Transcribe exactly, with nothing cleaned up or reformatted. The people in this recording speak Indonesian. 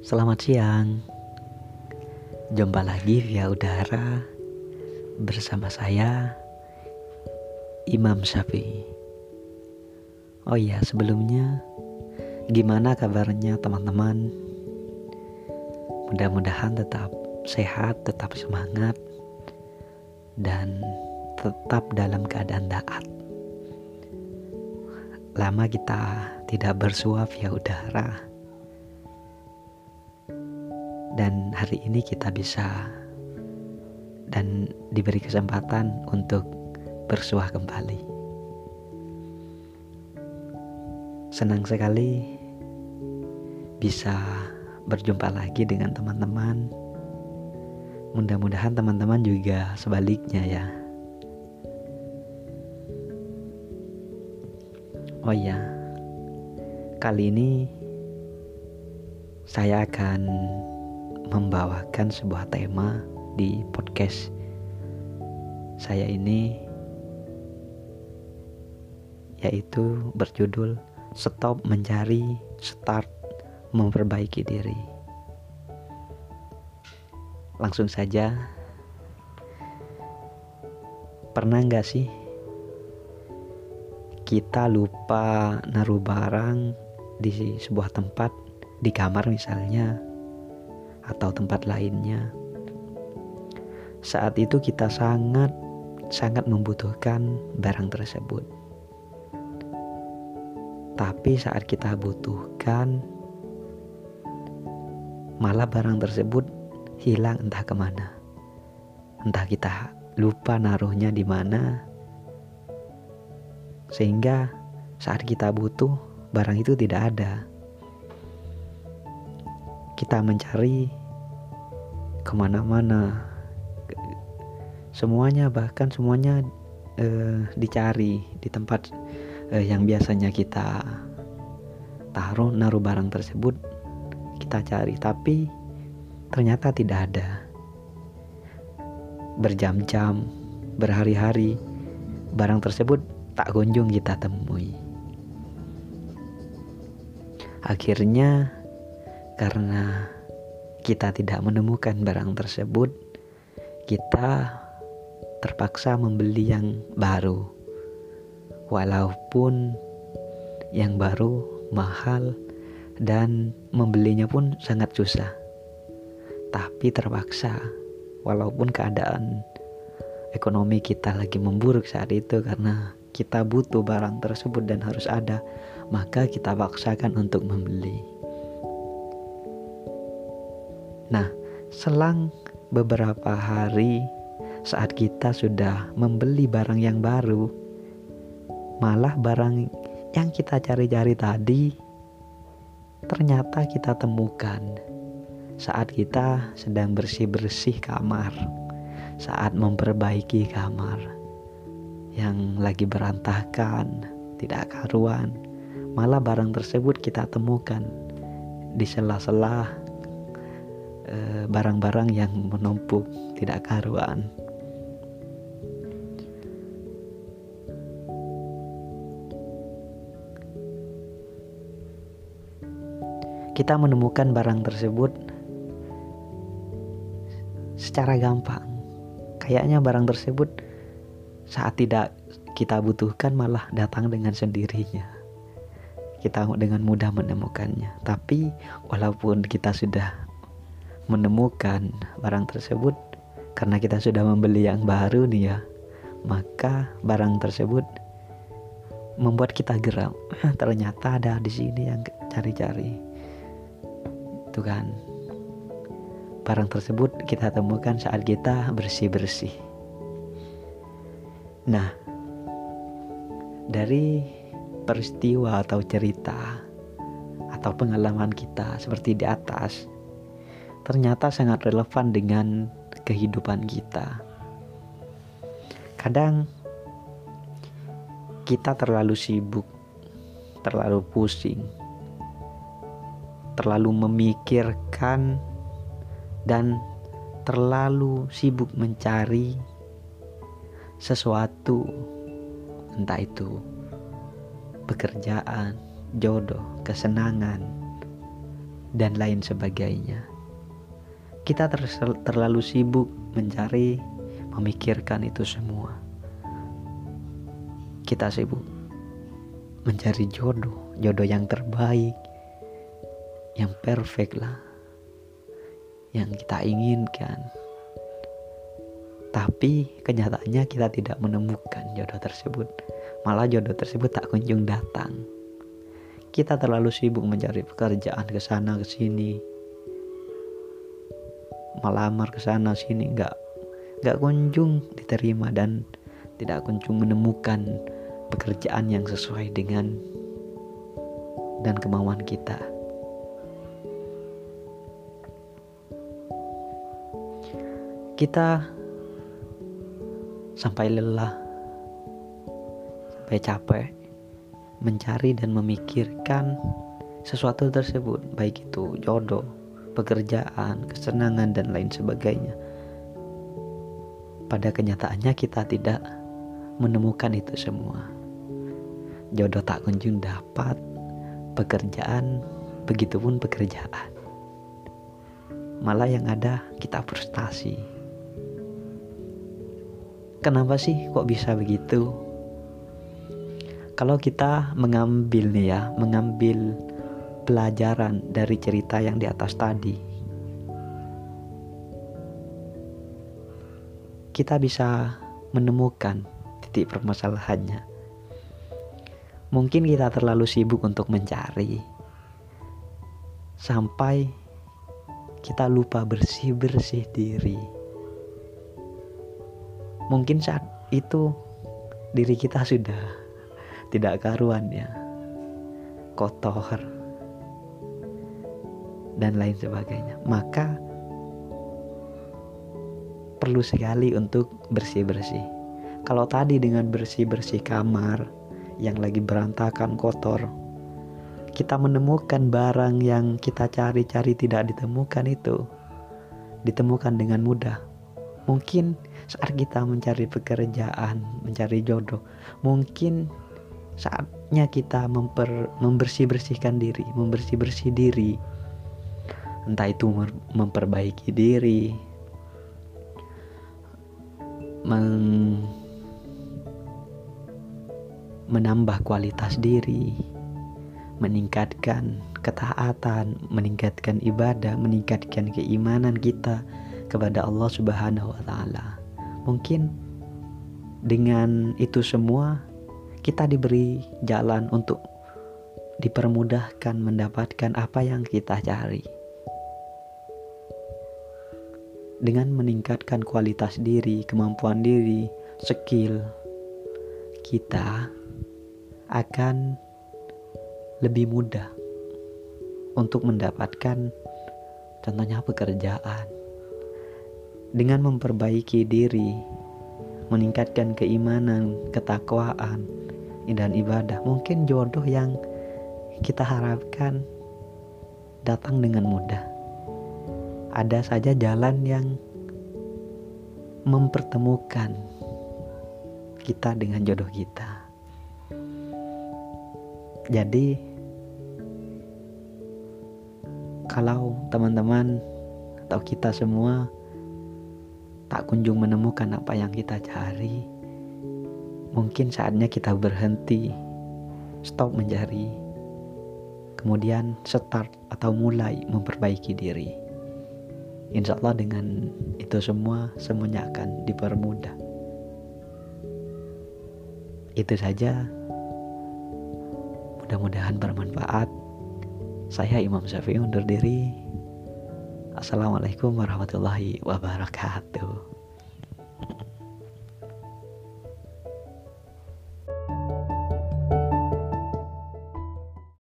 Selamat siang. Jumpa lagi via udara bersama saya Imam Syafi'i. Oh iya, sebelumnya gimana kabarnya teman-teman? Mudah-mudahan tetap sehat, tetap semangat, dan tetap dalam keadaan taat. Lama kita tidak bersua via udara, dan hari ini kita bisa dan diberi kesempatan untuk bersuah kembali. Senang sekali bisa berjumpa lagi dengan teman-teman. Mudah-mudahan teman-teman juga sebaliknya ya. Oh iya, kali ini saya akan membawakan sebuah tema di podcast saya ini, yaitu berjudul Stop Mencari, Start Memperbaiki Diri. Langsung saja, pernah gak sih kita lupa naruh barang di sebuah tempat, di kamar misalnya, atau tempat lainnya? Saat itu kita sangat sangat membutuhkan barang tersebut. Tapi saat kita butuhkan, malah barang tersebut hilang entah kemana. Entah kita lupa naruhnya di mana, sehingga saat kita butuh, barang itu tidak ada. Kita mencari kemana-mana, semuanya bahkan semuanya eh, dicari di tempat eh, yang biasanya kita taruh naruh barang tersebut, kita cari, tapi ternyata tidak ada. Berjam-jam, berhari-hari, barang tersebut tak kunjung kita temui. Akhirnya, karena kita tidak menemukan barang tersebut, kita terpaksa membeli yang baru. Walaupun yang baru mahal dan membelinya pun sangat susah, tapi terpaksa, walaupun keadaan ekonomi kita lagi memburuk saat itu, karena kita butuh barang tersebut dan harus ada, maka kita paksakan untuk membeli. Nah, selang beberapa hari saat kita sudah membeli barang yang baru, malah barang yang kita cari-cari tadi ternyata kita temukan saat kita sedang bersih-bersih kamar, saat memperbaiki kamar yang lagi berantakan, tidak karuan. Malah barang tersebut kita temukan di sela-sela e, barang-barang yang menumpuk tidak karuan. Kita menemukan barang tersebut secara gampang. Kayaknya barang tersebut saat tidak kita butuhkan malah datang dengan sendirinya. Kita dengan mudah menemukannya. Tapi walaupun kita sudah menemukan barang tersebut, karena kita sudah membeli yang baru nih ya, maka barang tersebut membuat kita geram. Ternyata ada di sini yang cari-cari. Itu kan, barang tersebut kita temukan saat kita bersih-bersih. Nah, dari peristiwa atau cerita atau pengalaman kita seperti di atas, ternyata sangat relevan dengan kehidupan kita. Kadang kita terlalu sibuk, terlalu pusing, terlalu memikirkan, dan terlalu sibuk mencari sesuatu, entah itu pekerjaan, jodoh, kesenangan, dan lain sebagainya. Kita ter- terlalu sibuk mencari, memikirkan itu semua. Kita sibuk mencari jodoh, jodoh yang terbaik, yang perfect lah, yang kita inginkan. Tapi kenyataannya kita tidak menemukan jodoh tersebut. Malah jodoh tersebut tak kunjung datang. Kita terlalu sibuk mencari pekerjaan ke sana ke sini, melamar ke sana sini, nggak nggak kunjung diterima dan tidak kunjung menemukan pekerjaan yang sesuai dengan dan kemauan kita. Kita sampai lelah, sampai capek mencari dan memikirkan sesuatu tersebut, baik itu jodoh, pekerjaan, kesenangan, dan lain sebagainya. Pada kenyataannya kita tidak menemukan itu semua. Jodoh tak kunjung dapat, pekerjaan begitupun pekerjaan. Malah yang ada kita frustasi. Kenapa sih kok bisa begitu? Kalau kita mengambil nih ya, mengambil pelajaran dari cerita yang di atas tadi, kita bisa menemukan titik permasalahannya. Mungkin kita terlalu sibuk untuk mencari sampai kita lupa bersih-bersih diri. Mungkin saat itu diri kita sudah tidak karuan ya, kotor dan lain sebagainya. Maka perlu sekali untuk bersih-bersih. Kalau tadi dengan bersih-bersih kamar yang lagi berantakan, kotor, kita menemukan barang yang kita cari-cari tidak ditemukan, itu ditemukan dengan mudah. Mungkin saat kita mencari pekerjaan, mencari jodoh, mungkin saatnya kita memper, membersih-bersihkan diri, membersih-bersih diri. Entah itu memperbaiki diri, men, menambah kualitas diri, meningkatkan ketaatan, meningkatkan ibadah, meningkatkan keimanan kita kepada Allah Subhanahu wa taala. Mungkin dengan itu semua kita diberi jalan untuk dipermudahkan mendapatkan apa yang kita cari. Dengan meningkatkan kualitas diri, kemampuan diri, skill, kita akan lebih mudah untuk mendapatkan contohnya pekerjaan. Dengan memperbaiki diri, meningkatkan keimanan, ketakwaan, dan ibadah, mungkin jodoh yang kita harapkan datang dengan mudah. Ada saja jalan yang mempertemukan kita dengan jodoh kita. Jadi kalau teman-teman atau kita semua tak kunjung menemukan apa yang kita cari, mungkin saatnya kita berhenti, stop mencari, kemudian start atau mulai memperbaiki diri. Insya Allah dengan itu semua, semuanya akan dipermudah. Itu saja, mudah-mudahan bermanfaat. Saya Imam Syafi'i undur diri. Assalamualaikum warahmatullahi wabarakatuh.